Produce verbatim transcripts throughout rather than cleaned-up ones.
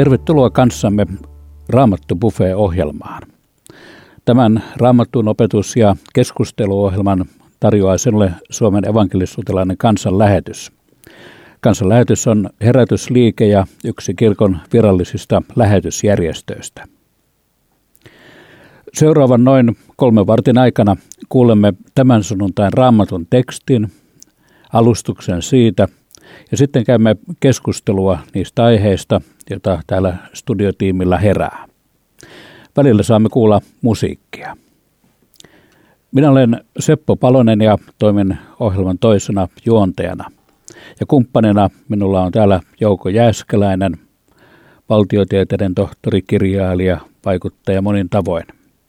Tervetuloa kanssamme Raamattu Buffet-ohjelmaan. Tämän Raamattuun opetus- ja keskusteluohjelman tarjoaa sinulle Suomen evankelis-luterilainen kansanlähetys. Kansanlähetys on herätysliike ja yksi kirkon virallisista lähetysjärjestöistä. Seuraavan noin kolmen vartin aikana kuulemme tämän sunnuntain Raamatun tekstin, alustuksen siitä ja sitten käymme keskustelua niistä aiheista, joita täällä studiotiimillä herää. Välillä saamme kuulla musiikkia. Minä olen Seppo Palonen ja toimin ohjelman toisena juontajana. Ja kumppanina minulla on täällä Jouko Jääskeläinen, valtiotieteiden tohtori, kirjailija, vaikuttaja monin tavoin.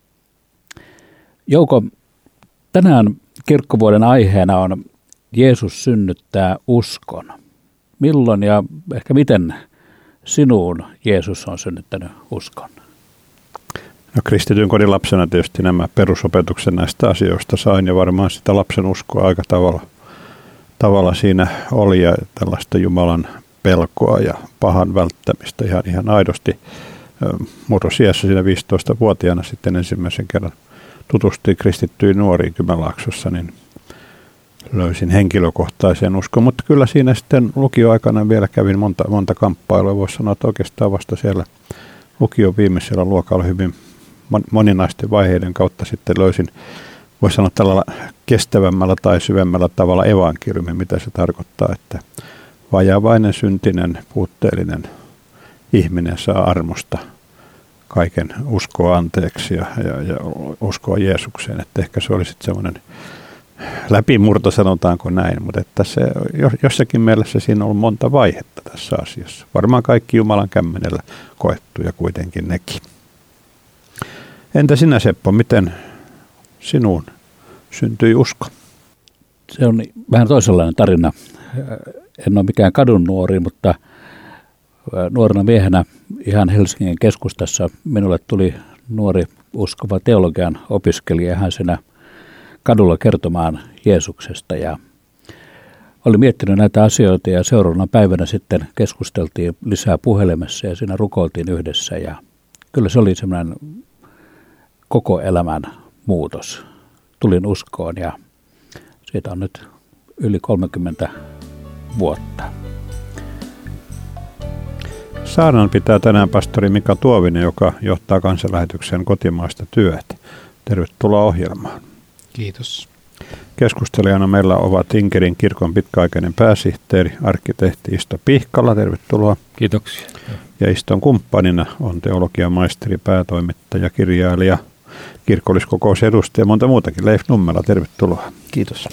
Jouko, tänään kirkkovuoden aiheena on Jeesus synnyttää uskon. Milloin ja ehkä miten sinuun Jeesus on synnyttänyt uskon? No, kristityn kodin lapsena tietysti nämä perusopetuksen näistä asioista sain ja varmaan sitä lapsen uskoa aika tavalla, tavalla siinä oli ja tällaista Jumalan pelkoa ja pahan välttämistä ihan, ihan aidosti. Murrosiässä siinä viisitoistavuotiaana sitten ensimmäisen kerran tutustuin kristittyihin nuoriin Kymenlaaksossa, niin löysin henkilökohtaisen uskon, mutta kyllä siinä sitten lukioaikana vielä kävin monta, monta kamppailua. Voisi sanoa, että oikeastaan vasta siellä lukion viimeisellä luokalla hyvin moninaisten vaiheiden kautta sitten löysin, voisi sanoa tällä kestävämmällä tai syvemmällä tavalla evankeliumi, mitä se tarkoittaa, että vajavainen, syntinen, puutteellinen ihminen saa armosta kaiken uskoa anteeksi ja, ja, ja uskoa Jeesukseen, että ehkä se oli sitten semmoinen läpimurto, sanotaanko näin, mutta että se, jossakin mielessä siinä on ollut monta vaihetta tässä asiassa. Varmaan kaikki Jumalan kämmenellä koettuja kuitenkin nekin. Entä sinä, Seppo, miten sinuun syntyi usko? Se on vähän toisenlainen tarina. En ole mikään kadun nuori, mutta nuorena miehenä ihan Helsingin keskustassa minulle tuli nuori uskova teologian opiskelija. Hän siinä kadulla kertomaan Jeesuksesta ja oli miettinyt näitä asioita ja seuraavana päivänä sitten keskusteltiin lisää puhelimessa ja siinä rukoiltiin yhdessä ja kyllä se oli semmoinen koko elämän muutos. Tulin uskoon ja siitä on nyt yli kolmekymmentä vuotta. Saarnan pitää tänään pastori Mika Tuovinen, joka johtaa kansanlähetyksen kotimaista työtä. Tervetuloa ohjelmaan. Kiitos. Keskustelijana meillä ovat Inkerin kirkon pitkäaikainen pääsihteeri, arkkitehti Isto Pihkala. Tervetuloa. Kiitoksia. Ja Iston kumppanina on teologian maisteri, päätoimittaja, kirjailija, kirkolliskokousedustaja ja monta muutakin. Leif Nummela, tervetuloa. Kiitos.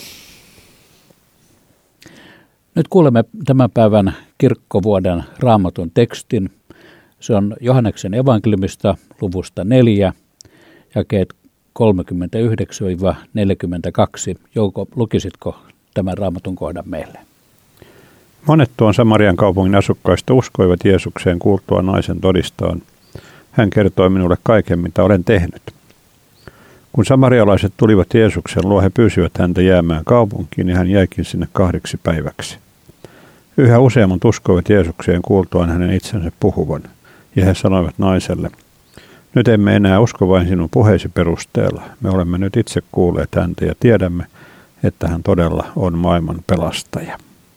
Nyt kuulemme tämän päivän kirkkovuoden Raamatun tekstin. Se on Johanneksen evankeliumista luvusta neljä, jakeet kolmekymmentäyhdeksän neljäkymmentäkaksi. Jouko, lukisitko tämän Raamatun kohdan meille? Monet tuon Samarian kaupungin asukkaista uskoivat Jeesukseen kuultua naisen todistaan. Hän kertoi minulle kaiken, mitä olen tehnyt. Kun samarialaiset tulivat Jeesuksen luo, he pyysivät häntä jäämään kaupunkiin ja hän jäikin sinne kahdeksi päiväksi. Yhä useammat uskoivat Jeesukseen kuultuaan hänen itsensä puhuvan, ja he sanoivat naiselle: nyt emme enää usko vain sinun puheesi perusteella. Me olemme nyt itse kuulleet häntä ja tiedämme, että hän todella on maailman pelastaja.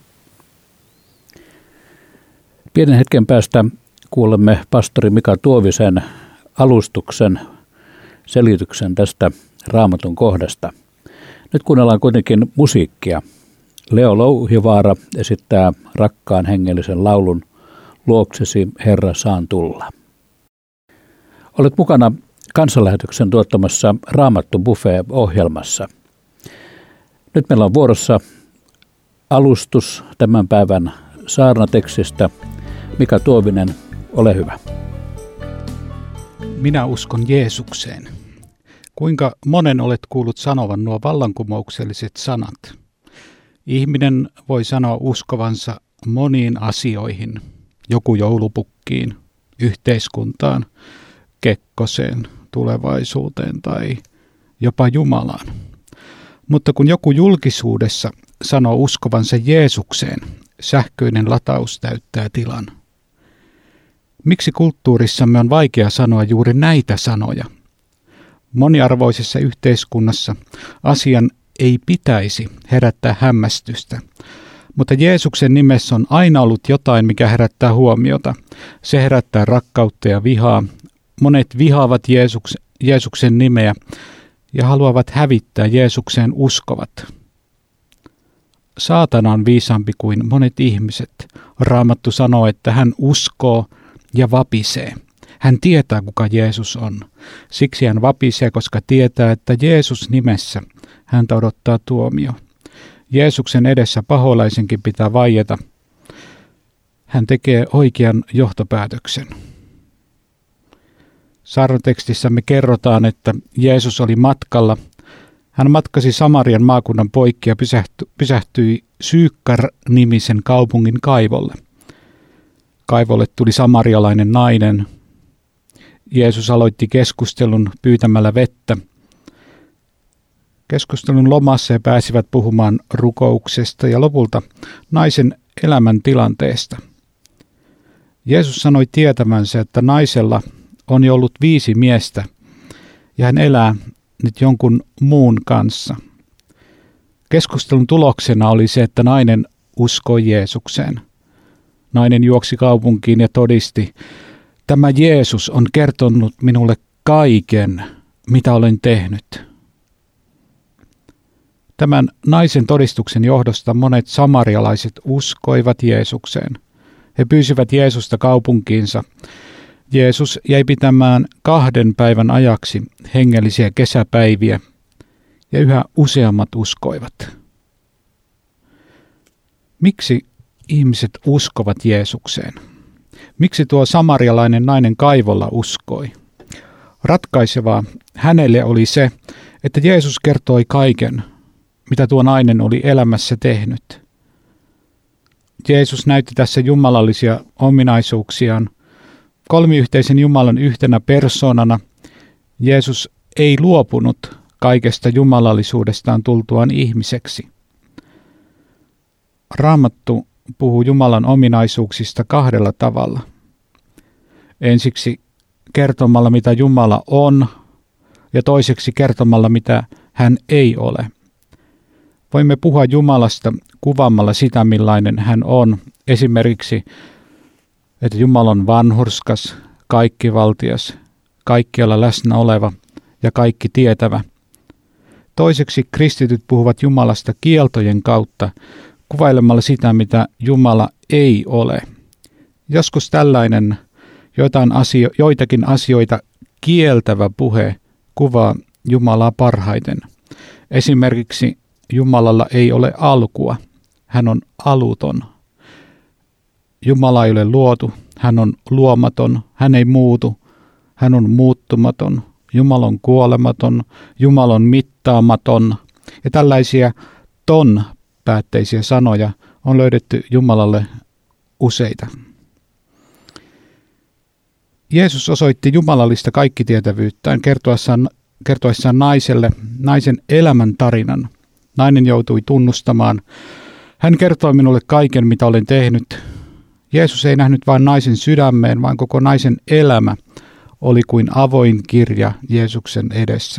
Pienen hetken päästä kuulemme pastori Mika Tuovisen alustuksen, selityksen tästä Raamatun kohdasta. Nyt kuunnellaan kuitenkin musiikkia. Leo Louhivaara esittää rakkaan hengellisen laulun Luoksesi, Herra, saan tulla. Olet mukana kansanlähetyksen tuottamassa Raamattu Buffet-ohjelmassa. Nyt meillä on vuorossa alustus tämän päivän saarnatekstistä. Mika Tuovinen, ole hyvä. Minä uskon Jeesukseen. Kuinka monen olet kuullut sanovan nuo vallankumoukselliset sanat? Ihminen voi sanoa uskovansa moniin asioihin, joku joulupukkiin, yhteiskuntaan, Kekkoseen, tulevaisuuteen tai jopa Jumalaan. Mutta kun joku julkisuudessa sanoo uskovansa Jeesukseen, sähköinen lataus täyttää tilan. Miksi kulttuurissamme on vaikea sanoa juuri näitä sanoja? Moniarvoisessa yhteiskunnassa asian ei pitäisi herättää hämmästystä, mutta Jeesuksen nimessä on aina ollut jotain, mikä herättää huomiota. Se herättää rakkautta ja vihaa. Monet vihaavat Jeesuks, Jeesuksen nimeä ja haluavat hävittää Jeesukseen uskovat. Saatana on viisaampi kuin monet ihmiset. Raamattu sanoo, että hän uskoo ja vapisee. Hän tietää, kuka Jeesus on. Siksi hän vapisee, koska tietää, että Jeesus nimessä häntä odottaa tuomio. Jeesuksen edessä paholaisenkin pitää vaieta. Hän tekee oikean johtopäätöksen. Saarnatekstissämme kerrotaan, että Jeesus oli matkalla. Hän matkasi Samarian maakunnan poikki ja pysähtyi, pysähtyi Syykkar-nimisen kaupungin kaivolle. Kaivolle tuli samarialainen nainen. Jeesus aloitti keskustelun pyytämällä vettä. Keskustelun lomassa he pääsivät puhumaan rukouksesta ja lopulta naisen elämäntilanteesta. Jeesus sanoi tietämänsä, että naisella on jo ollut viisi miestä ja hän elää nyt jonkun muun kanssa. Keskustelun tuloksena oli se, että nainen uskoi Jeesukseen. Nainen juoksi kaupunkiin ja todisti, tämä Jeesus on kertonut minulle kaiken, mitä olen tehnyt. Tämän naisen todistuksen johdosta monet samarialaiset uskoivat Jeesukseen. He pyysivät Jeesusta kaupunkiinsa. Jeesus jäi pitämään kahden päivän ajaksi hengellisiä kesäpäiviä, ja yhä useammat uskoivat. Miksi ihmiset uskovat Jeesukseen? Miksi tuo samarialainen nainen kaivolla uskoi? Ratkaisevaa hänelle oli se, että Jeesus kertoi kaiken, mitä tuo nainen oli elämässä tehnyt. Jeesus näytti tässä jumalallisia ominaisuuksiaan. Kolmiyhteisen Jumalan yhtenä persoonana Jeesus ei luopunut kaikesta jumalallisuudestaan tultuaan ihmiseksi. Raamattu puhuu Jumalan ominaisuuksista kahdella tavalla. Ensiksi kertomalla, mitä Jumala on, ja toiseksi kertomalla, mitä hän ei ole. Voimme puhua Jumalasta kuvaamalla sitä, millainen hän on. Esimerkiksi, että Jumala on vanhurskas, kaikkivaltias, kaikkialla läsnä oleva ja kaikki tietävä. Toiseksi kristityt puhuvat Jumalasta kieltojen kautta, kuvailemalla sitä, mitä Jumala ei ole. Joskus tällainen joitain asio- joitakin asioita kieltävä puhe kuvaa Jumalaa parhaiten. Esimerkiksi Jumalalla ei ole alkua, hän on aluton. Jumala ei ole luotu, hän on luomaton, hän ei muutu, hän on muuttumaton. Jumala on kuolematon, Jumala on mittaamaton. Ja tällaisia ton-päätteisiä sanoja on löydetty Jumalalle useita. Jeesus osoitti jumalallista kaikkitietävyyttään kertoessaan, kertoessaan naiselle naisen elämän tarinan. Nainen joutui tunnustamaan. Hän kertoi minulle kaiken, mitä olen tehnyt. Jeesus ei nähnyt vain naisen sydämeen, vaan koko naisen elämä oli kuin avoin kirja Jeesuksen edessä.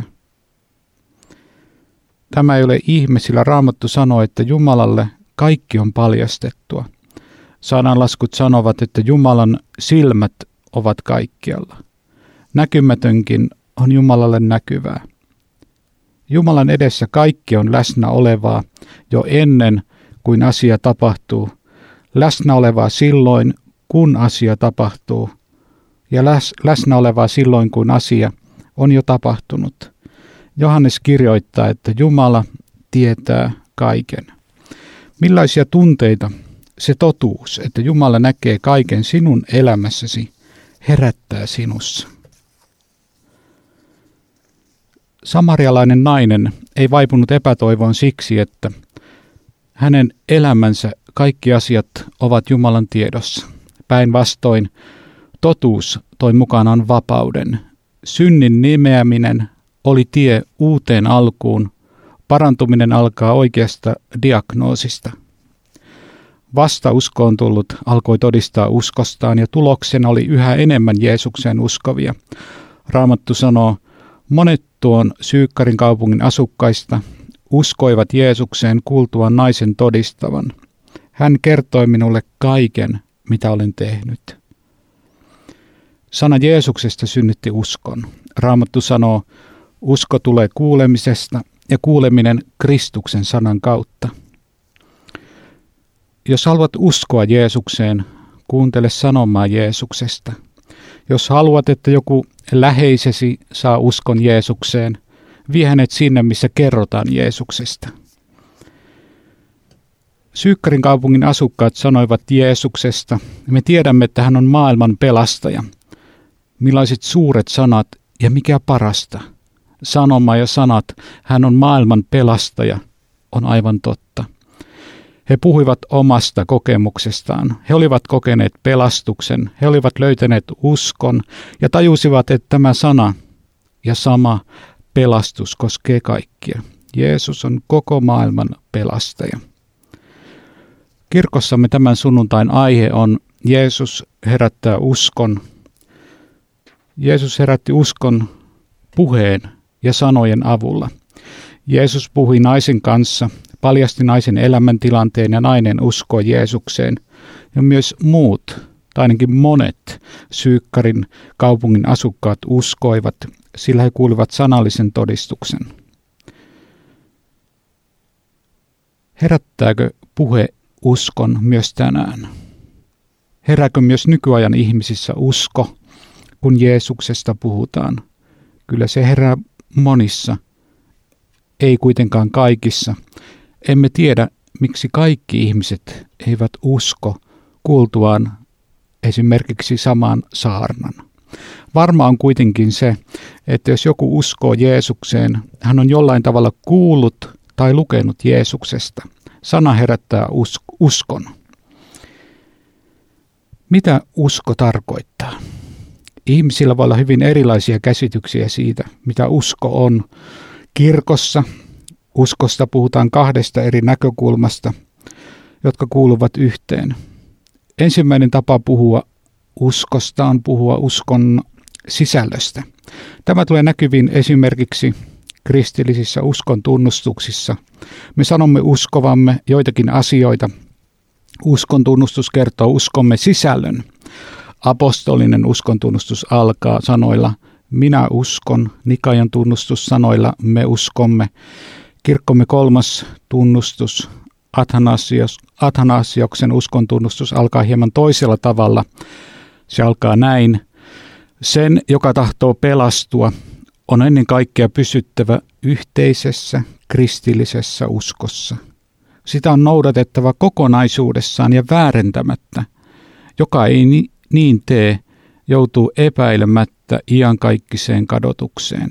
Tämä ei ole ihme, sillä Raamattu sanoo, että Jumalalle kaikki on paljastettua. Sananlaskut sanovat, että Jumalan silmät ovat kaikkialla. Näkymätönkin on Jumalalle näkyvää. Jumalan edessä kaikki on läsnä olevaa jo ennen kuin asia tapahtuu, läsnä olevaa silloin, kun asia tapahtuu, ja läs, läsnä olevaa silloin, kun asia on jo tapahtunut. Johannes kirjoittaa, että Jumala tietää kaiken. Millaisia tunteita se totuus, että Jumala näkee kaiken sinun elämässäsi, herättää sinussa? Samarialainen nainen ei vaipunut epätoivoon siksi, että hänen elämänsä kaikki asiat ovat Jumalan tiedossa. Päinvastoin totuus toi mukanaan vapauden. Synnin nimeäminen oli tie uuteen alkuun. Parantuminen alkaa oikeasta diagnoosista. Vasta uskoon tullut alkoi todistaa uskostaan ja tuloksena oli yhä enemmän Jeesukseen uskovia. Raamattu sanoo, monet tuon Syykkarin kaupungin asukkaista uskoivat Jeesukseen kuultuaan naisen todistavan. Hän kertoi minulle kaiken, mitä olen tehnyt. Sana Jeesuksesta synnytti uskon. Raamattu sanoo, usko tulee kuulemisesta ja kuuleminen Kristuksen sanan kautta. Jos haluat uskoa Jeesukseen, kuuntele sanomaa Jeesuksesta. Jos haluat, että joku läheisesi saa uskon Jeesukseen, vie hänet sinne, missä kerrotaan Jeesuksesta. Syykkarin kaupungin asukkaat sanoivat Jeesuksesta, me tiedämme, että hän on maailman pelastaja. Millaiset suuret sanat ja mikä parasta. Sanoma ja sanat, hän on maailman pelastaja, on aivan totta. He puhuivat omasta kokemuksestaan. He olivat kokeneet pelastuksen, he olivat löytäneet uskon ja tajusivat, että tämä sana ja sama pelastus koskee kaikkia. Jeesus on koko maailman pelastaja. Kirkossamme tämän sunnuntain aihe on Jeesus herättää uskon. Jeesus herätti uskon puheen ja sanojen avulla. Jeesus puhui naisen kanssa, paljasti naisen elämäntilanteen ja nainen uskoi Jeesukseen. Ja myös muut, tai ainakin monet Syykkarin kaupungin asukkaat uskoivat, sillä he kuulivat sanallisen todistuksen. Herättääkö puhe uskon myös tänään? Herääkö myös nykyajan ihmisissä usko, kun Jeesuksesta puhutaan? Kyllä se herää monissa, ei kuitenkaan kaikissa. Emme tiedä, miksi kaikki ihmiset eivät usko kuultuaan esimerkiksi saman saarnan. Varma on kuitenkin se, että jos joku uskoo Jeesukseen, hän on jollain tavalla kuullut tai lukenut Jeesuksesta. Sana herättää uskon. Mitä usko tarkoittaa? Ihmisillä voi olla hyvin erilaisia käsityksiä siitä, mitä usko on. Kirkossa uskosta puhutaan kahdesta eri näkökulmasta, jotka kuuluvat yhteen. Ensimmäinen tapa puhua uskosta on puhua uskon sisällöstä. Tämä tulee näkyviin esimerkiksi kristillisissä uskon tunnustuksissa. Me sanomme uskovamme joitakin asioita. Uskon tunnustus kertoo uskomme sisällön. Apostolinen uskon tunnustus alkaa sanoilla minä uskon, Nikajan tunnustus sanoilla me uskomme. Kirkkomme kolmas tunnustus, Athanasios, Athanasioksen uskon tunnustus alkaa hieman toisella tavalla. Se alkaa näin. Sen, joka tahtoo pelastua, on ennen kaikkea pysyttävä yhteisessä kristillisessä uskossa. Sitä on noudatettava kokonaisuudessaan ja väärentämättä. Joka ei ni- niin tee, joutuu epäilemättä iankaikkiseen kadotukseen.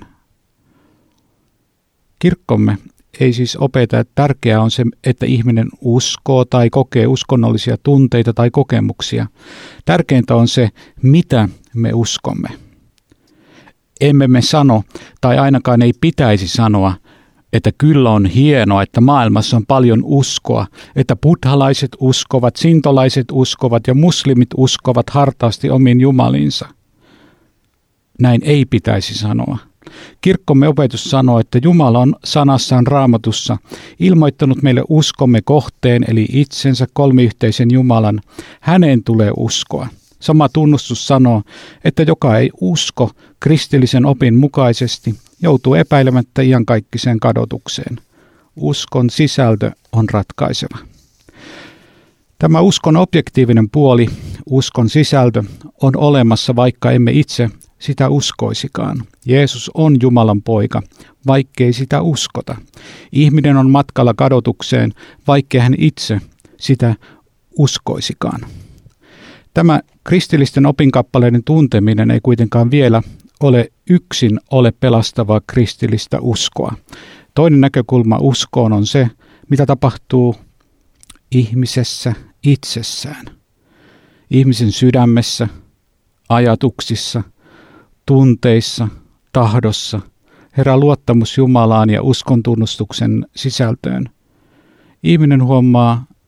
Kirkkomme ei siis opeta, että tärkeää on se, että ihminen uskoo tai kokee uskonnollisia tunteita tai kokemuksia. Tärkeintä on se, mitä me uskomme. Emme me sano, tai ainakaan ei pitäisi sanoa, että kyllä on hienoa, että maailmassa on paljon uskoa, että buddhalaiset uskovat, sintolaiset uskovat ja muslimit uskovat hartaasti omiin jumalinsa. Näin ei pitäisi sanoa. Kirkkomme opetus sanoo, että Jumala on sanassaan Raamatussa ilmoittanut meille uskomme kohteen, eli itsensä kolmiyhteisen Jumalan. Häneen tulee uskoa. Sama tunnustus sanoo, että joka ei usko kristillisen opin mukaisesti, joutuu epäilemättä iankaikkiseen kadotukseen. Uskon sisältö on ratkaiseva. Tämä uskon objektiivinen puoli, uskon sisältö, on olemassa, vaikka emme itse sitä uskoisikaan. Jeesus on Jumalan poika, vaikkei sitä uskota. Ihminen on matkalla kadotukseen, vaikkei hän itse sitä uskoisikaan. Tämä kristillisten opinkappaleiden tunteminen ei kuitenkaan vielä ole yksin ole pelastavaa kristillistä uskoa. Toinen näkökulma uskoon on se, mitä tapahtuu ihmisessä itsessään. Ihmisen sydämessä, ajatuksissa, tunteissa, tahdossa herää luottamus Jumalaan ja uskon tunnustuksen sisältöön. Ihminen huomaa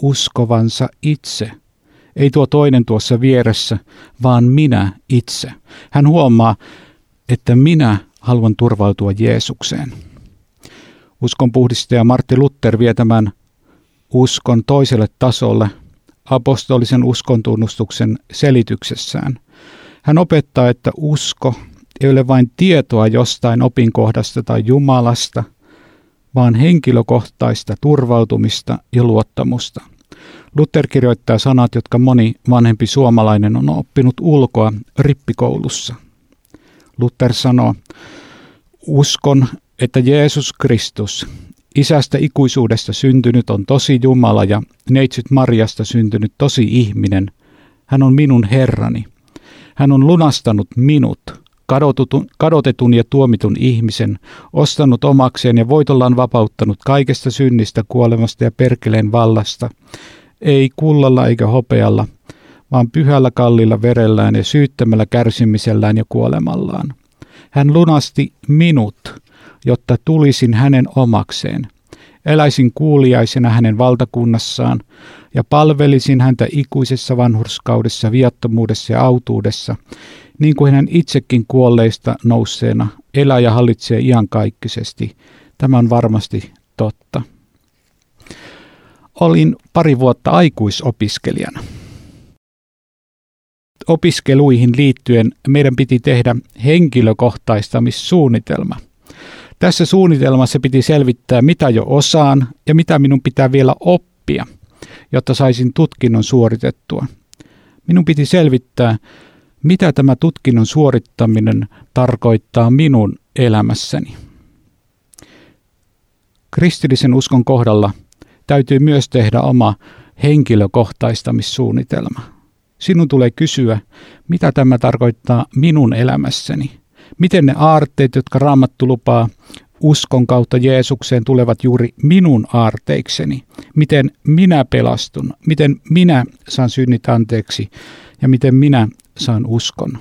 uskovansa itse. Ei tuo toinen tuossa vieressä, vaan minä itse. Hän huomaa, että minä haluan turvautua Jeesukseen. Uskonpuhdistaja Martti Luther vie tämän uskon toiselle tasolle apostolisen uskontunnustuksen selityksessään. Hän opettaa, että usko ei ole vain tietoa jostain opinkohdasta tai Jumalasta, vaan henkilökohtaista turvautumista ja luottamusta. Luther kirjoittaa sanat, jotka moni vanhempi suomalainen on oppinut ulkoa rippikoulussa. Luther sanoo, uskon, että Jeesus Kristus, Isästä ikuisuudesta syntynyt, on tosi Jumala ja neitsyt Mariasta syntynyt tosi ihminen. Hän on minun Herrani. Hän on lunastanut minut, kadotetun ja tuomitun ihmisen, ostanut omakseen ja voitollaan vapauttanut kaikesta synnistä, kuolemasta ja perkeleen vallasta. Ei kullalla eikä hopealla, vaan pyhällä kallilla verellään ja syyttämällä kärsimisellään ja kuolemallaan. Hän lunasti minut, jotta tulisin hänen omakseen. Eläisin kuuliaisena hänen valtakunnassaan ja palvelisin häntä ikuisessa vanhurskaudessa, viattomuudessa ja autuudessa, niin kuin hän itsekin kuolleista nousseena elää ja hallitsee iankaikkisesti. Tämä on varmasti totta. Olin pari vuotta aikuisopiskelijana. Opiskeluihin liittyen meidän piti tehdä henkilökohtaistamissuunnitelma. Tässä suunnitelmassa piti selvittää, mitä jo osaan ja mitä minun pitää vielä oppia, jotta saisin tutkinnon suoritettua. Minun piti selvittää, mitä tämä tutkinnon suorittaminen tarkoittaa minun elämässäni. Kristillisen uskon kohdalla täytyy myös tehdä oma henkilökohtaistamissuunnitelma. Sinun tulee kysyä, mitä tämä tarkoittaa minun elämässäni. Miten ne aarteet, jotka Raamattu lupaa uskon kautta Jeesukseen, tulevat juuri minun aarteikseni? Miten minä pelastun? Miten minä saan synnit anteeksi? Ja miten minä saan uskon?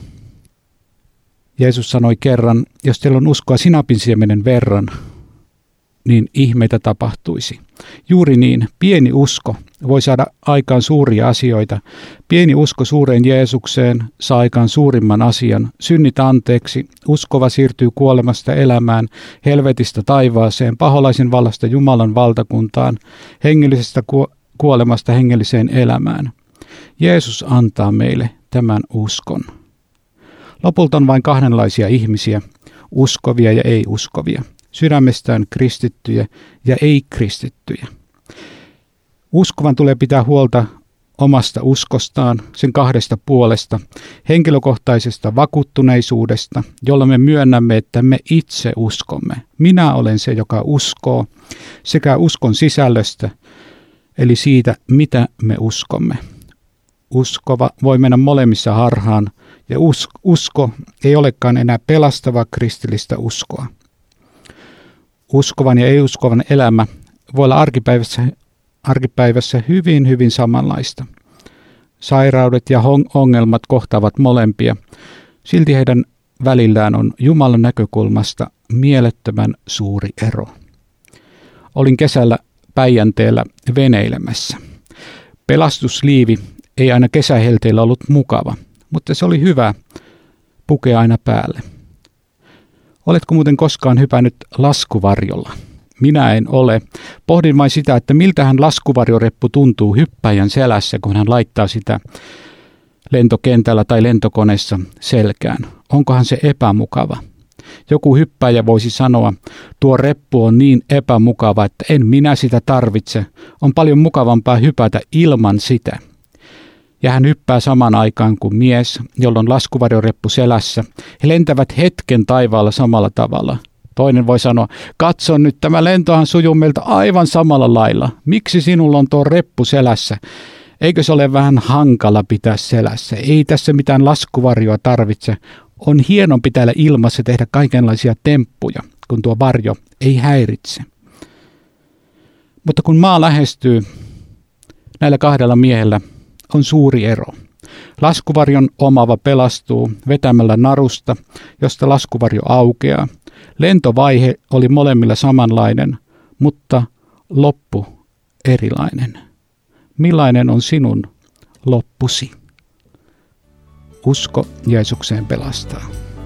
Jeesus sanoi kerran, jos teillä on uskoa sinapinsiemenen verran, niin ihmeitä tapahtuisi. Juuri niin, pieni usko voi saada aikaan suuria asioita. Pieni usko suureen Jeesukseen saa aikaan suurimman asian. Synnit anteeksi, uskova siirtyy kuolemasta elämään, helvetistä taivaaseen, paholaisen vallasta Jumalan valtakuntaan, hengellisestä kuolemasta hengelliseen elämään. Jeesus antaa meille tämän uskon. Lopulta on vain kahdenlaisia ihmisiä, uskovia ja ei-uskovia. Sydämestään kristittyjä ja ei-kristittyjä. Uskovan tulee pitää huolta omasta uskostaan, sen kahdesta puolesta, henkilökohtaisesta vakuuttuneisuudesta, jolla me myönnämme, että me itse uskomme. Minä olen se, joka uskoo, sekä uskon sisällöstä, eli siitä, mitä me uskomme. Uskova voi mennä molemmissa harhaan, ja usko ei olekaan enää pelastavaa kristillistä uskoa. Uskovan ja ei-uskovan elämä voi olla arkipäivässä, arkipäivässä hyvin, hyvin samanlaista. Sairaudet ja ongelmat kohtaavat molempia. Silti heidän välillään on Jumalan näkökulmasta mielettömän suuri ero. Olin kesällä Päijänteellä veneilemässä. Pelastusliivi ei aina kesähelteillä ollut mukava, mutta se oli hyvä pukea aina päälle. Oletko muuten koskaan hypännyt laskuvarjolla? Minä en ole. Pohdin vain sitä, että miltähän laskuvarjoreppu tuntuu hyppäjän selässä, kun hän laittaa sitä lentokentällä tai lentokoneessa selkään. Onkohan se epämukava? Joku hyppäjä voisi sanoa, tuo reppu on niin epämukava, että en minä sitä tarvitse. On paljon mukavampaa hypätä ilman sitä. Ja hän hyppää saman aikaan kuin mies, jolla on laskuvarjoreppu selässä. He lentävät hetken taivaalla samalla tavalla. Toinen voi sanoa, katso nyt, tämä lentohan sujuu meiltä aivan samalla lailla. Miksi sinulla on tuo reppu selässä? Eikö se ole vähän hankala pitää selässä? Ei tässä mitään laskuvarjoa tarvitse. On hienompi täällä ilmassa tehdä kaikenlaisia temppuja, kun tuo varjo ei häiritse. Mutta kun maa lähestyy, näillä kahdella miehellä on suuri ero. Laskuvarjon omaava pelastuu vetämällä narusta, josta laskuvarjo aukeaa. Lentovaihe oli molemmilla samanlainen, mutta loppu erilainen. Millainen on sinun loppusi? Usko Jeesukseen pelastaa.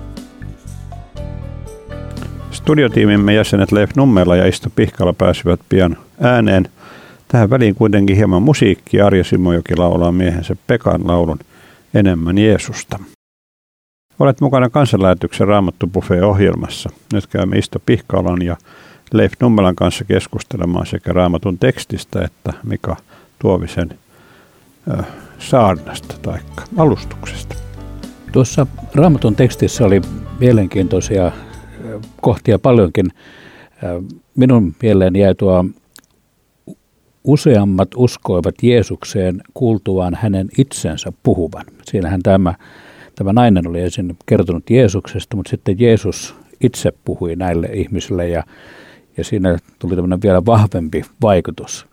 Studiotiimimme jäsenet Leif Nummela ja Isto Pihkala pääsivät pian ääneen. Tähän väliin kuitenkin hieman musiikkia. Arja Simojoki laulaa miehensä Pekan laulun Enemmän Jeesusta. Olet mukana Kansanlähetyksen Raamattu Buffet-ohjelmassa. Nyt käymme Isto Pihkalan ja Leif Nummelan kanssa keskustelemaan sekä Raamatun tekstistä että Mika Tuovisen äh, saarnasta tai alustuksesta. Tuossa Raamatun tekstissä oli mielenkiintoisia kohtia paljonkin. Minun mieleeni jäi tuo useammat uskoivat Jeesukseen kuultuaan hänen itsensä puhuvan. Siinähän tämä, tämä nainen oli ensin kertonut Jeesuksesta, mutta sitten Jeesus itse puhui näille ihmisille ja, ja siinä tuli tämmöinen vielä vahvempi vaikutus.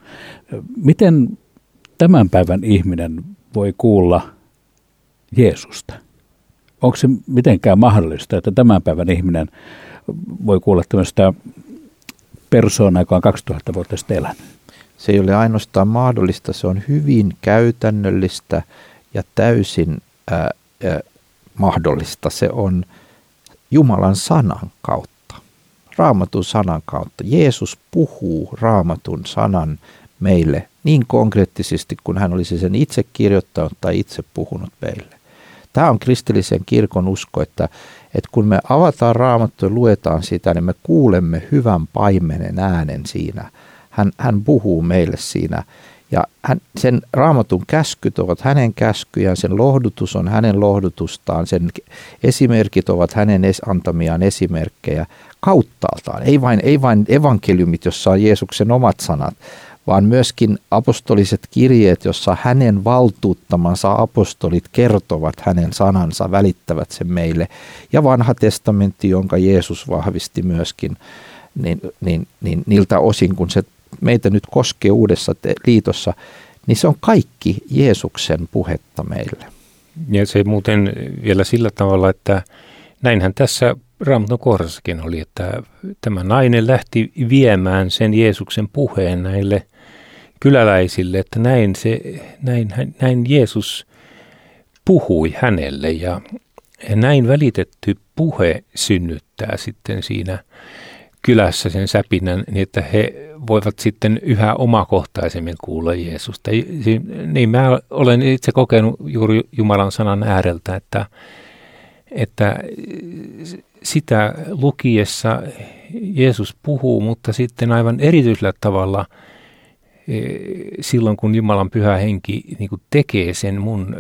Miten tämän päivän ihminen voi kuulla Jeesusta? Onko se mitenkään mahdollista, että tämän päivän ihminen voi kuulla tämmöistä persoonaa, joka on kaksituhatta vuotta sitten elänyt? Se ei ole ainoastaan mahdollista, se on hyvin käytännöllistä ja täysin ää, ää, mahdollista. Se on Jumalan sanan kautta, Raamatun sanan kautta. Jeesus puhuu Raamatun sanan meille niin konkreettisesti, kun hän olisi sen itse kirjoittanut tai itse puhunut meille. Tämä on kristillisen kirkon usko, että, että kun me avataan Raamattua ja luetaan sitä, niin me kuulemme hyvän paimenen äänen siinä. Hän, hän puhuu meille siinä ja hän, sen Raamatun käskyt ovat hänen käskyjään, sen lohdutus on hänen lohdutustaan, sen esimerkit ovat hänen antamiaan esimerkkejä kauttaaltaan. Ei vain, ei vain evankeliumit, jossa on Jeesuksen omat sanat, vaan myöskin apostoliset kirjeet, jossa hänen valtuuttamansa apostolit kertovat hänen sanansa, välittävät sen meille. Ja vanha testamentti, jonka Jeesus vahvisti myöskin, niin, niin, niin niiltä osin, kun se meitä nyt koskee uudessa liitossa, niin se on kaikki Jeesuksen puhetta meille. Ja se muuten vielä sillä tavalla, että näinhän tässä Raamatun kohdassakin oli, että tämä nainen lähti viemään sen Jeesuksen puheen näille kyläläisille, että näin, se, näin, näin Jeesus puhui hänelle ja näin välitetty puhe synnyttää sitten siinä kylässä sen säpinän, niin että he voivat sitten yhä omakohtaisemmin kuulla Jeesusta. Niin mä olen itse kokenut juuri Jumalan sanan ääreltä, että, että sitä lukiessa Jeesus puhuu, mutta sitten aivan erityisellä tavalla silloin, kun Jumalan pyhä henki niin kuin tekee sen mun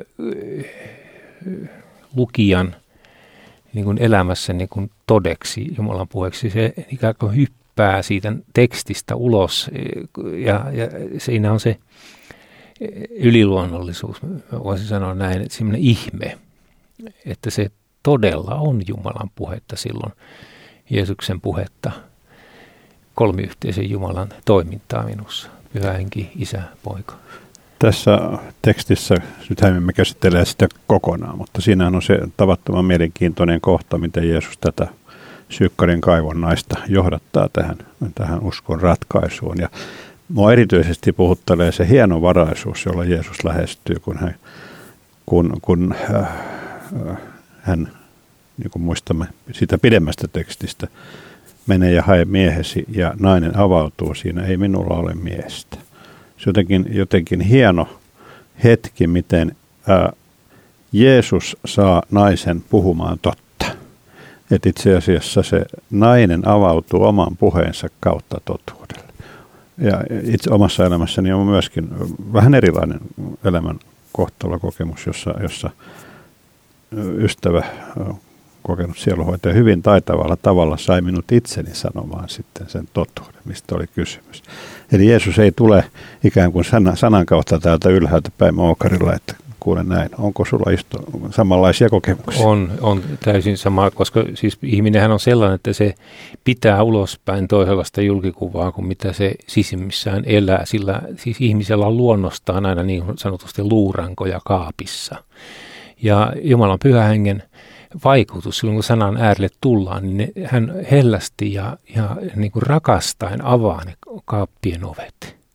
lukijan niin kuin elämässä niin kuin todeksi Jumalan puheeksi, se ikään kuin hyppää siitä tekstistä ulos ja, ja siinä on se yliluonnollisuus, voisin sanoa näin, että semmoinen ihme, että se todella on Jumalan puhetta silloin, Jeesuksen puhetta, kolmiyhteisen Jumalan toimintaa minussa, pyhä henki, isä, poika. Tässä tekstissä, nythän emme käsittele sitä kokonaan, mutta siinä on se tavattoman mielenkiintoinen kohta, miten Jeesus tätä Syykkarin kaivon naista johdattaa tähän, tähän uskon ratkaisuun. Ja minua erityisesti puhuttelee se hienovaraisuus, jolla Jeesus lähestyy, kun hän, kun, kun, äh, hän niin kuin muistamme siitä pidemmästä tekstistä, mene ja hae miehesi, ja nainen avautuu siinä, ei minulla ole miestä. Se jotenkin, jotenkin hieno hetki, miten ää, Jeesus saa naisen puhumaan totta. Että itse asiassa se nainen avautuu oman puheensa kautta totuudelle. Ja itse omassa elämässäni on myöskin vähän erilainen elämän kohtalokokemus, jossa, jossa ystävä, kokenut sielunhoitaja hyvin taitavalla tavalla sai minut itseni sanomaan sitten sen totuuden, mistä oli kysymys. Eli Jeesus ei tule ikään kuin sanan, sanan kautta täältä ylhäältä päin mookarilla, että kuule näin. Onko sulla istu samanlaisia kokemuksia? On, on täysin sama, koska siis ihminenhän on sellainen, että se pitää ulospäin toisenlaista julkikuvaa kuin mitä se sisimmissään elää. Sillä siis ihmisellä on luonnostaan aina niin sanotusti luurankoja kaapissa. Ja Jumalan pyhän hengen vaikutus, silloin kun sanan äärelle tullaan, niin ne, hän hellästi ja, ja niin kuin rakastaen avaa ne kaappien ovet.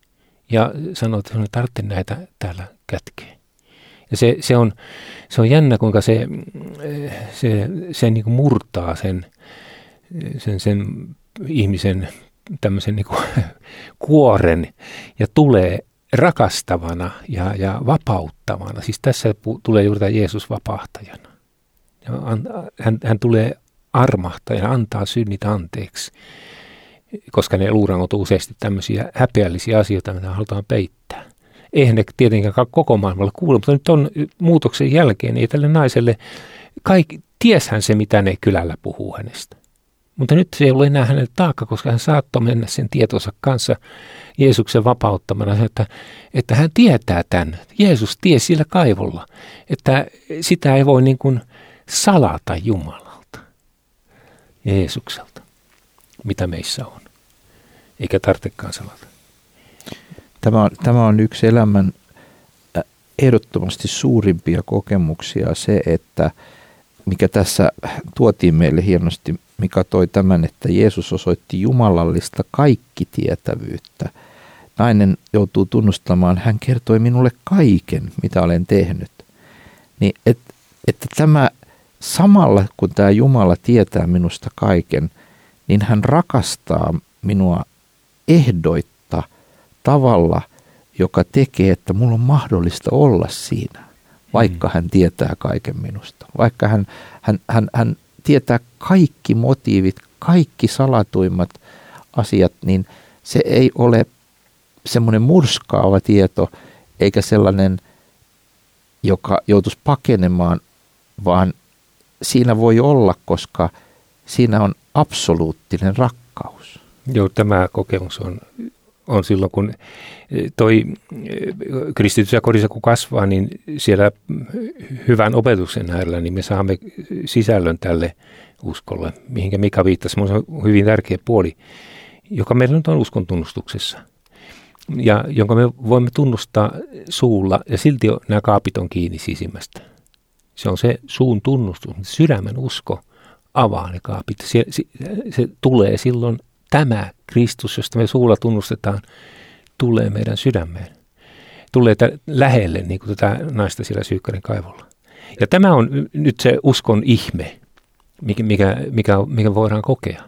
ja sanoo, että sinun tarvitse näitä täällä kätkeä. Ja se, se, on, se on jännä, kuinka se, se, se niin kuin murtaa sen, sen, sen ihmisen tämmöisen niin kuin kuoren ja tulee rakastavana ja, ja vapauttavana. Siis tässä tulee juuri tämä Jeesus vapahtajana. Ja hän, hän tulee armahtajana, antaa synnit anteeksi, koska ne luurangot on useasti tämmöisiä häpeällisiä asioita, mitä halutaan peittää. Eihän ne tietenkään koko maailmalla kuule, mutta nyt on muutoksen jälkeen, ei tälle naiselle, kaikki, tieshän se mitä ne kylällä puhuu hänestä. Mutta nyt se ei ollut enää hänelle taakka, koska hän saattoi mennä sen tietonsa kanssa Jeesuksen vapauttamana, että, että hän tietää tämän. Jeesus tiesi sillä kaivolla, että sitä ei voi niin kuin salata Jumalalta, Jeesukselta, mitä meissä on, eikä tarvitsekaan salata. Tämä on, tämä on yksi elämän ehdottomasti suurimpia kokemuksia, se, että mikä tässä tuotiin meille hienosti, mikä toi tämän, että Jeesus osoitti jumalallista kaikkitietävyyttä. Nainen joutuu tunnustamaan, hän kertoi minulle kaiken, mitä olen tehnyt. Niin, et, että tämä samalla, kun tämä Jumala tietää minusta kaiken, niin hän rakastaa minua ehdoitta tavalla, joka tekee, että mulla on mahdollista olla siinä, vaikka hän tietää kaiken minusta. Vaikka hän, hän, hän, hän tietää kaikki motiivit, kaikki salatuimmat asiat, niin se ei ole semmoinen murskaava tieto, eikä sellainen, joka joutuisi pakenemaan, vaan siinä voi olla, koska siinä on absoluuttinen rakkaus. Joo, tämä kokemus on, on silloin, kun toi kristitys ja kodissa kun kasvaa, niin siellä hyvän opetuksen äärellä, niin me saamme sisällön tälle uskolle, mihinkä Mika viittasi. Minusta on hyvin tärkeä puoli, joka meillä nyt on uskon tunnustuksessa, ja jonka me voimme tunnustaa suulla, ja silti nämä kaapit on kiinni sisimmästä. Se on se suun tunnustus, sydämen usko avaa ne kaapit. Se, se, se tulee silloin tämä Kristus, josta me suulla tunnustetaan, tulee meidän sydämeen. Tulee t- lähelle, niin kuin tätä naista siellä Syykkarin kaivolla. Ja tämä on nyt se uskon ihme, mikä, mikä, mikä, mikä voidaan kokea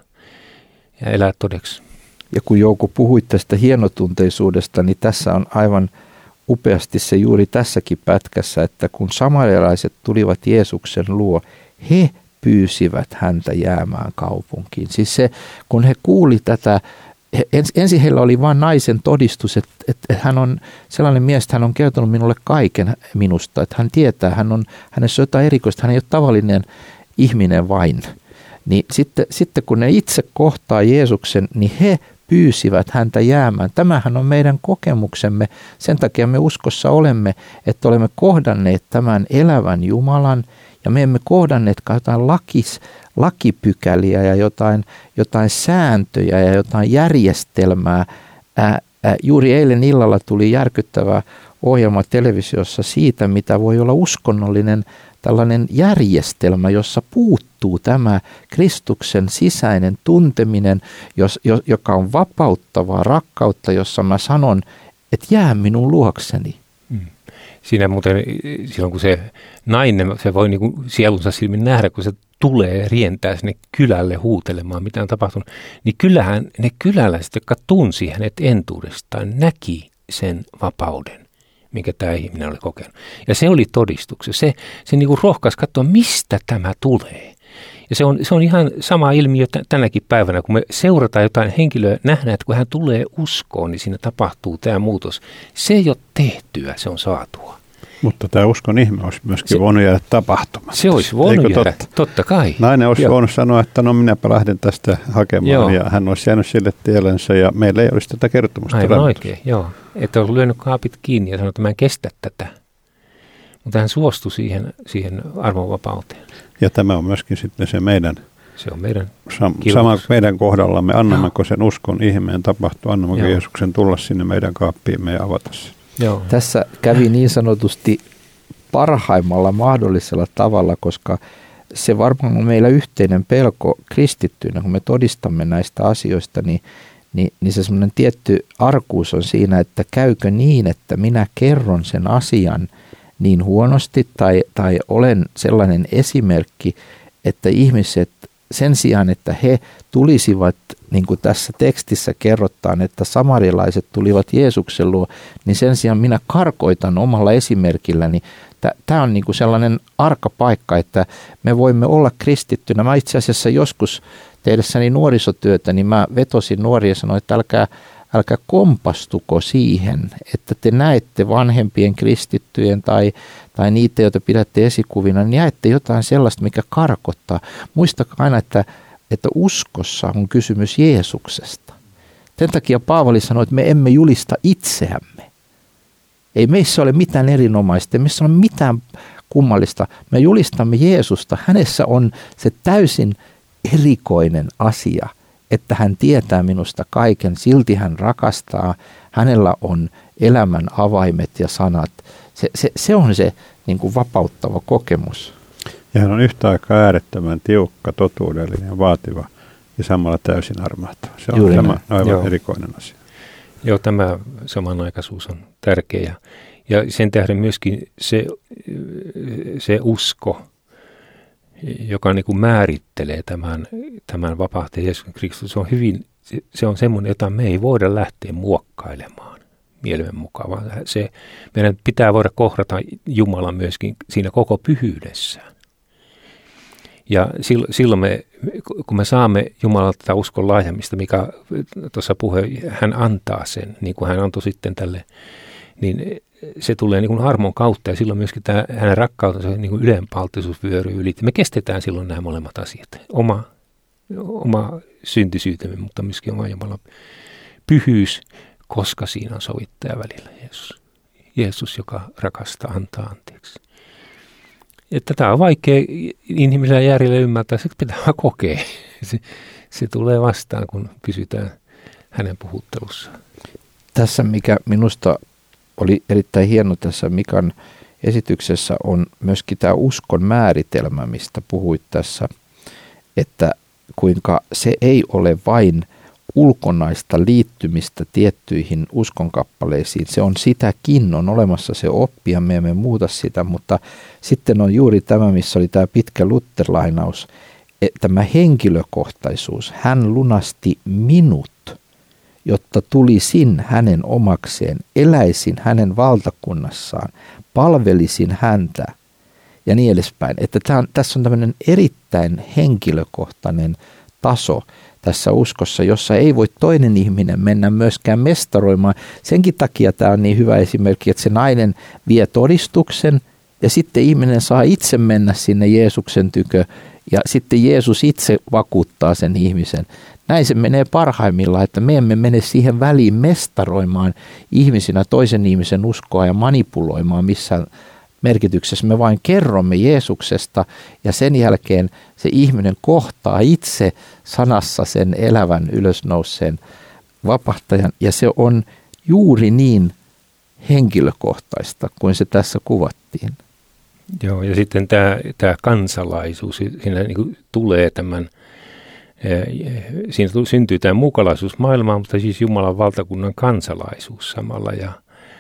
ja elää todeksi. Ja kun Jouko puhuit tästä hienotunteisuudesta, niin tässä on aivan upeasti se juuri tässäkin pätkässä, että kun samarialaiset tulivat Jeesuksen luo, he pyysivät häntä jäämään kaupunkiin. Siis se, kun he kuuli tätä, he, ens, ensin heillä oli vain naisen todistus, että, että hän on sellainen mies, että hän on kertonut minulle kaiken minusta, että hän tietää, hän on, hänessä on jotain erikoista, hän ei ole tavallinen ihminen vain. Niin sitten, sitten kun ne itse kohtaa Jeesuksen, niin he pyysivät häntä jäämään. Tämähän on meidän kokemuksemme. Sen takia me uskossa olemme, että olemme kohdanneet tämän elävän Jumalan, ja me emme kohdanneetkaan jotain lakis, lakipykäliä ja jotain, jotain sääntöjä ja jotain järjestelmää. Ää, ää, juuri eilen illalla tuli järkyttävä ohjelma televisiossa siitä, mitä voi olla uskonnollinen tällainen järjestelmä, jossa puuttuu tämä Kristuksen sisäinen tunteminen, jos, joka on vapauttavaa rakkautta, jossa mä sanon, että jää minun luokseni. Mm. Siinä muuten, silloin kun se nainen, se voi niin kuin sielunsa silmin nähdä, kun se tulee rientää sinne kylälle huutelemaan, mitä on tapahtunut, niin kyllähän ne kyläläiset, jotka tunsi hänet entuudestaan, näki sen vapauden, minkä tämä ihminen oli kokenut. Ja se oli todistuksessa. Se, se niin kuin rohkaisi katsoa, mistä tämä tulee. Ja se on, se on ihan sama ilmiö tänäkin päivänä, kun me seurataan jotain henkilöä, nähdään, että kun hän tulee uskoon, niin siinä tapahtuu tämä muutos. Se ei ole tehtyä, se on saatua. Mutta tämä uskon ihme olisi myöskin se, voinut jäädä tapahtumatta. Se olisi voinut jäädä, totta? totta kai. Nainen olisi Joo. voinut sanoa, että no minäpä lähden tästä hakemaan, joo. ja hän olisi jäänyt sille tiellensä, ja meillä ei olisi tätä kertomusta. Aivan oikein, joo. Että olisi lyönyt kaapit kiinni ja sanonut, että mä en kestä tätä. Mutta hän suostui siihen, siihen arvonvapauteen. Ja tämä on myöskin sitten se meidän, se on meidän sam- sama meidän kohdallamme, annammeko sen uskon ihmeen tapahtua, annammeko Joo. Jeesuksen tulla sinne meidän kaappiimme ja avata sen. Joo. Tässä kävi niin sanotusti parhaimmalla mahdollisella tavalla, koska se varmaan on meillä yhteinen pelko kristittyinä, kun me todistamme näistä asioista, niin, niin, niin se semmoinen tietty arkuus on siinä, että käykö niin, että minä kerron sen asian niin huonosti tai, tai olen sellainen esimerkki, että ihmiset sen sijaan, että he tulisivat, niin kuin tässä tekstissä kerrotaan, että samarilaiset tulivat Jeesuksen luo, niin sen sijaan minä karkoitan omalla esimerkilläni. Tämä on niin kuin sellainen arka paikka, että me voimme olla kristittynä. Mä itse asiassa joskus tehdessäni nuorisotyötä, niin mä vetosin nuoria ja sanoin, että älkää, älkää kompastuko siihen, että te näette vanhempien kristittyjen tai, tai niitä, joita pidätte esikuvina, niin näette jotain sellaista, mikä karkottaa. Muistakaa aina, että, että uskossa on kysymys Jeesuksesta. Sen takia Paavali sanoi, että me emme julista itseämme. Ei meissä ole mitään erinomaista, ei meissä ole mitään kummallista. Me julistamme Jeesusta. Hänessä on se täysin erikoinen asia, että hän tietää minusta kaiken, silti hän rakastaa, hänellä on elämän avaimet ja sanat. Se, se, se on se niin kuin vapauttava kokemus. Ja hän on yhtä aikaa äärettömän tiukka, totuudellinen ja vaativa ja samalla täysin armahtava. Se on tämä aivan Joo. erikoinen asia. Joo, tämä samanaikaisuus on tärkeä ja, ja sen tähden myöskin se, se usko, joka niin kuin määrittelee tämän, tämän vapahtajan Jeesuksen Kristus, se on hyvin, se on semmoinen, jota me ei voida lähteä muokkailemaan mielemme mukaan, vaan se, meidän pitää voida kohdata Jumala myöskin siinä koko pyhyydessään. Ja silloin me, kun me saamme Jumalalta tätä uskon lahjamista, mikä tuossa puhe, hän antaa sen, niin kuin hän antoi sitten tälle, niin se tulee niin kuin armon kautta ja silloin myöskin tämä hänen rakkautensa niin kuin ylenpalttisuus vyöryy yli. Me kestetään silloin nämä molemmat asiat. Oma, oma syntisyytemme, mutta myöskin oma Jumalan pyhyys, koska siinä on sovittaja välillä Jeesus. Jeesus, joka rakastaa, antaa anteeksi. Että tämä on vaikea inhimillisellä järjellä ymmärtää, se pitää kokea. Se, se tulee vastaan, kun pysytään hänen puhuttelussaan. Tässä, mikä minusta oli erittäin hieno tässä Mikan esityksessä, on myöskin tämä uskon määritelmä, mistä puhuit tässä, että kuinka se ei ole vain ulkonaista liittymistä tiettyihin uskonkappaleisiin. Se on sitäkin, on olemassa se oppi ja me emme muuta sitä, mutta sitten on juuri tämä, missä oli tämä pitkä Luther-lainaus, tämä henkilökohtaisuus. Hän lunasti minut, jotta tulisin hänen omakseen, eläisin hänen valtakunnassaan, palvelisin häntä ja niin edespäin. Että tämä on, tässä on tämmöinen erittäin henkilökohtainen taso tässä uskossa, jossa ei voi toinen ihminen mennä myöskään mestaroimaan. Senkin takia tämä on niin hyvä esimerkki, että se nainen vie todistuksen ja sitten ihminen saa itse mennä sinne Jeesuksen tykö ja sitten Jeesus itse vakuuttaa sen ihmisen. Näin se menee parhaimmillaan, että me emme mene siihen väliin mestaroimaan ihmisinä toisen ihmisen uskoa ja manipuloimaan missään merkityksessä. Me vain kerromme Jeesuksesta ja sen jälkeen se ihminen kohtaa itse sanassa sen elävän ylösnouseen vapahtajan ja se on juuri niin henkilökohtaista kuin se tässä kuvattiin. Joo, ja sitten tämä, tämä kansalaisuus, siinä niin kuin tulee tämän, siinä syntyy tämä muukalaisuus maailmaan, mutta siis Jumalan valtakunnan kansalaisuus samalla ja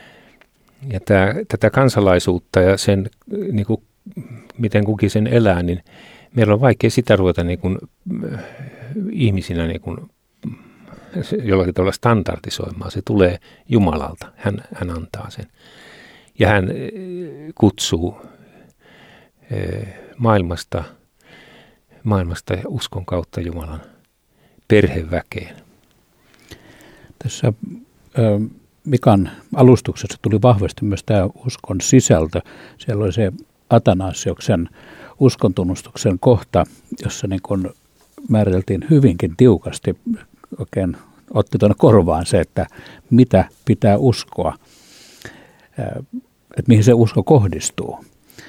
Ja tämä, tätä kansalaisuutta ja sen, niin kuin, miten kukin sen elää, niin meillä on vaikea sitä ruveta niin kuin, ihmisinä niin kuin, jollakin tavalla standardisoimaan. Se tulee Jumalalta, hän, hän antaa sen. Ja hän kutsuu maailmasta, maailmasta ja uskon kautta Jumalan perheväkeen. Tässä ö, Mikan alustuksessa tuli vahvasti myös tämä uskon sisältö. Siellä oli se Atanasioksen uskontunnustuksen kohta, jossa niin kun määriteltiin hyvinkin tiukasti, oikein otti tuonne korvaan se, että mitä pitää uskoa, että mihin se usko kohdistuu.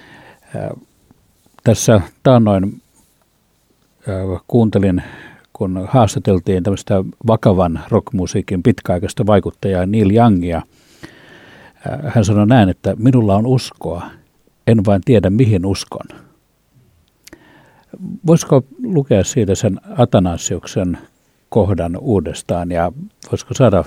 Tässä taannoin kuuntelin, kun haastateltiin tämmöistä vakavan rockmusiikin pitkäaikaista vaikuttajaa Neil Youngia. Hän sanoi näin, että minulla on uskoa, en vain tiedä mihin uskon. Voisiko lukea siitä sen Atanasioksen kohdan uudestaan ja voisiko saada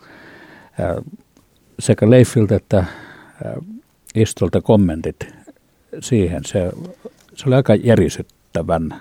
sekä Leifiltä että Istolta kommentit siihen. Se, se oli aika järisyttävän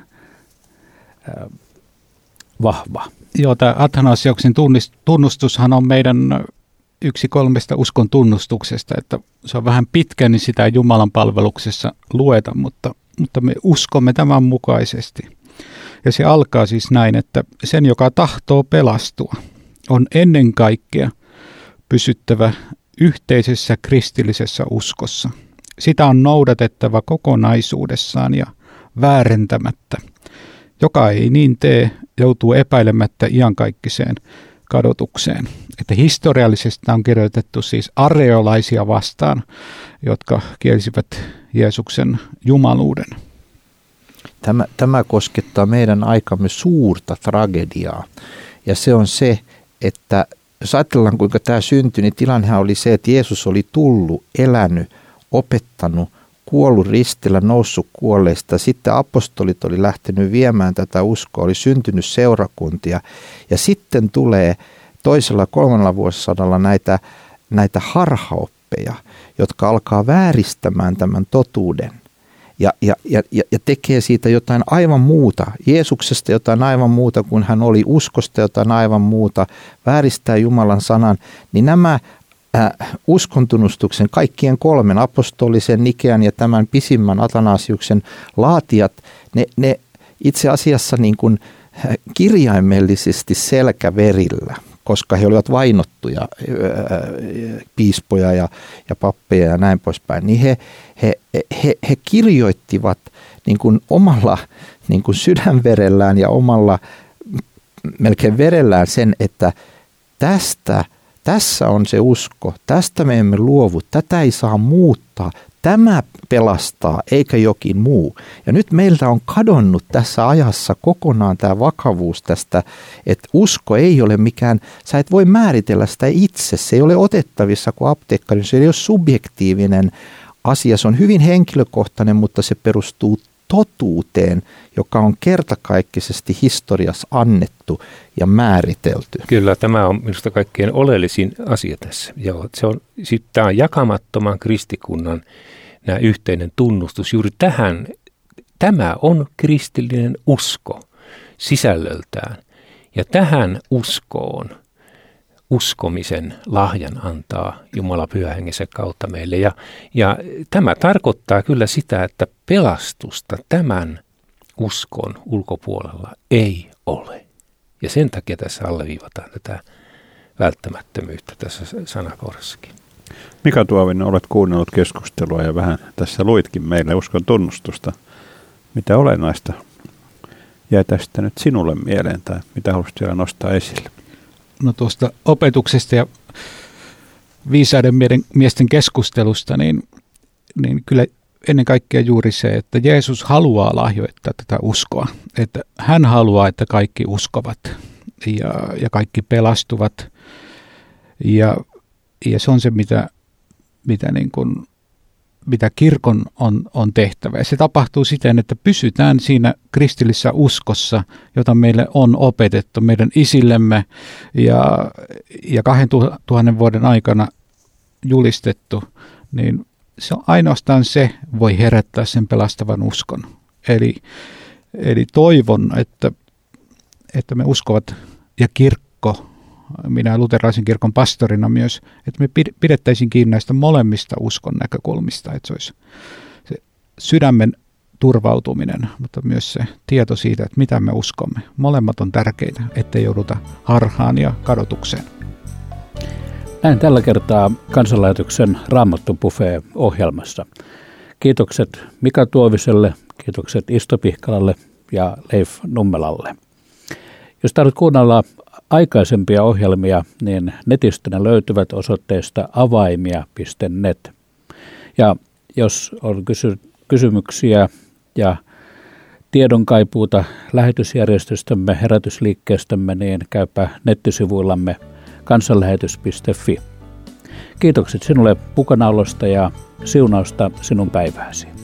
vahva. Joo, tämä Athanasioksen tunnustushan on meidän yksi kolmesta uskon tunnustuksesta, että se on vähän pitkä, niin sitä ei Jumalan palveluksessa lueta, mutta, mutta me uskomme tämän mukaisesti. Ja se alkaa siis näin, että sen, joka tahtoo pelastua, on ennen kaikkea pysyttävä yhteisessä kristillisessä uskossa. Sitä on noudatettava kokonaisuudessaan ja väärentämättä. Joka ei niin tee, joutuu epäilemättä iankaikkiseen kadotukseen. Että historiallisesti on kirjoitettu siis areolaisia vastaan, jotka kielsivät Jeesuksen jumaluuden. Tämä, tämä koskettaa meidän aikamme suurta tragediaa. Ja se on se, että jos ajatellaan kuinka tämä syntyi, niin tilannehan oli se, että Jeesus oli tullut, elänyt, opettanut, kuollut ristillä, noussut kuolleista. Sitten apostolit oli lähtenyt viemään tätä uskoa, oli syntynyt seurakuntia. Ja sitten tulee toisella kolmannella vuosisadalla näitä, näitä harhaoppeja, jotka alkaa vääristämään tämän totuuden. Ja, ja, ja, ja tekee siitä jotain aivan muuta, Jeesuksesta jotain aivan muuta kuin hän oli, uskosta jotain aivan muuta, vääristää Jumalan sanan, niin nämä äh, uskontunnustuksen kaikkien kolmen, apostolisen, Nikean ja tämän pisimmän Athanasiuksen laatijat, ne, ne itse asiassa niin kuin kirjaimellisesti selkäverillä, koska he olivat vainottuja piispoja ja, ja pappeja ja näin poispäin, niin he, he, he, he kirjoittivat niin kuin omalla niin kuin sydänverellään ja omalla melkein verellään sen, että tästä, tässä on se usko, tästä me emme luovu, tätä ei saa muuttaa, tämä pelastaa eikä jokin muu. Ja nyt meiltä on kadonnut tässä ajassa kokonaan tämä vakavuus tästä, että usko ei ole mikään, sä et voi määritellä sitä itse, se ei ole otettavissa kuin apteekkari, se ei ole subjektiivinen asia, se on hyvin henkilökohtainen, mutta se perustuu totuuteen, joka on kertakaikkisesti historiassa annettu ja määritelty. Kyllä, tämä on minusta kaikkein oleellisin asia tässä. Joo, se on, tämä on jakamattoman kristikunnan nämä yhteinen tunnustus. Juuri tähän, tämä on kristillinen usko sisällöltään. Ja tähän uskoon uskomisen lahjan antaa Jumala Pyhän Hengensä kautta meille. Ja, ja tämä tarkoittaa kyllä sitä, että pelastusta tämän uskon ulkopuolella ei ole. Ja sen takia tässä alleviivataan tätä välttämättömyyttä tässä sanakohdassakin. Mika Tuovinen, olet kuunnellut keskustelua ja vähän tässä luitkin meille uskon tunnustusta. Mitä olennaista jäi tästä nyt sinulle mieleen tai mitä haluaisit vielä nostaa esille? No tuosta opetuksesta ja viisaiden miesten keskustelusta, niin, niin kyllä ennen kaikkea juuri se, että Jeesus haluaa lahjoittaa tätä uskoa. Että hän haluaa, että kaikki uskovat ja, ja kaikki pelastuvat. Ja, ja se on se, mitä, mitä, niin kuin, mitä kirkon on, on tehtävä. Ja se tapahtuu siten, että pysytään siinä kristillisessä uskossa, jota meille on opetettu meidän isillemme ja, ja kahden tuhannen vuoden aikana julistettu, niin se on ainoastaan se voi herättää sen pelastavan uskon. Eli, eli toivon, että, että me uskovat ja kirkko, minä luterilaisen kirkon pastorina myös, että me pidettäisiin kiinni näistä molemmista uskon näkökulmista, että se olisi se sydämen turvautuminen, mutta myös se tieto siitä, että mitä me uskomme. Molemmat on tärkeitä, ettei jouduta harhaan ja kadotukseen. Näin tällä kertaa Kansanlähetyksen Raamattu Buffet-ohjelmassa. Kiitokset Mika Tuoviselle, kiitokset Isto Pihkalalle ja Leif Nummelalle. Jos tarvitset kuunnella aikaisempia ohjelmia, niin netistä ne löytyvät osoitteesta avaimia piste net. Ja jos on kysy- kysymyksiä ja tiedonkaipuuta lähetysjärjestöstämme, herätysliikkeestämme, niin käypä nettisivuillamme kansanlähetys piste fi. Kiitokset sinulle mukanaolosta ja siunausta sinun päivääsi.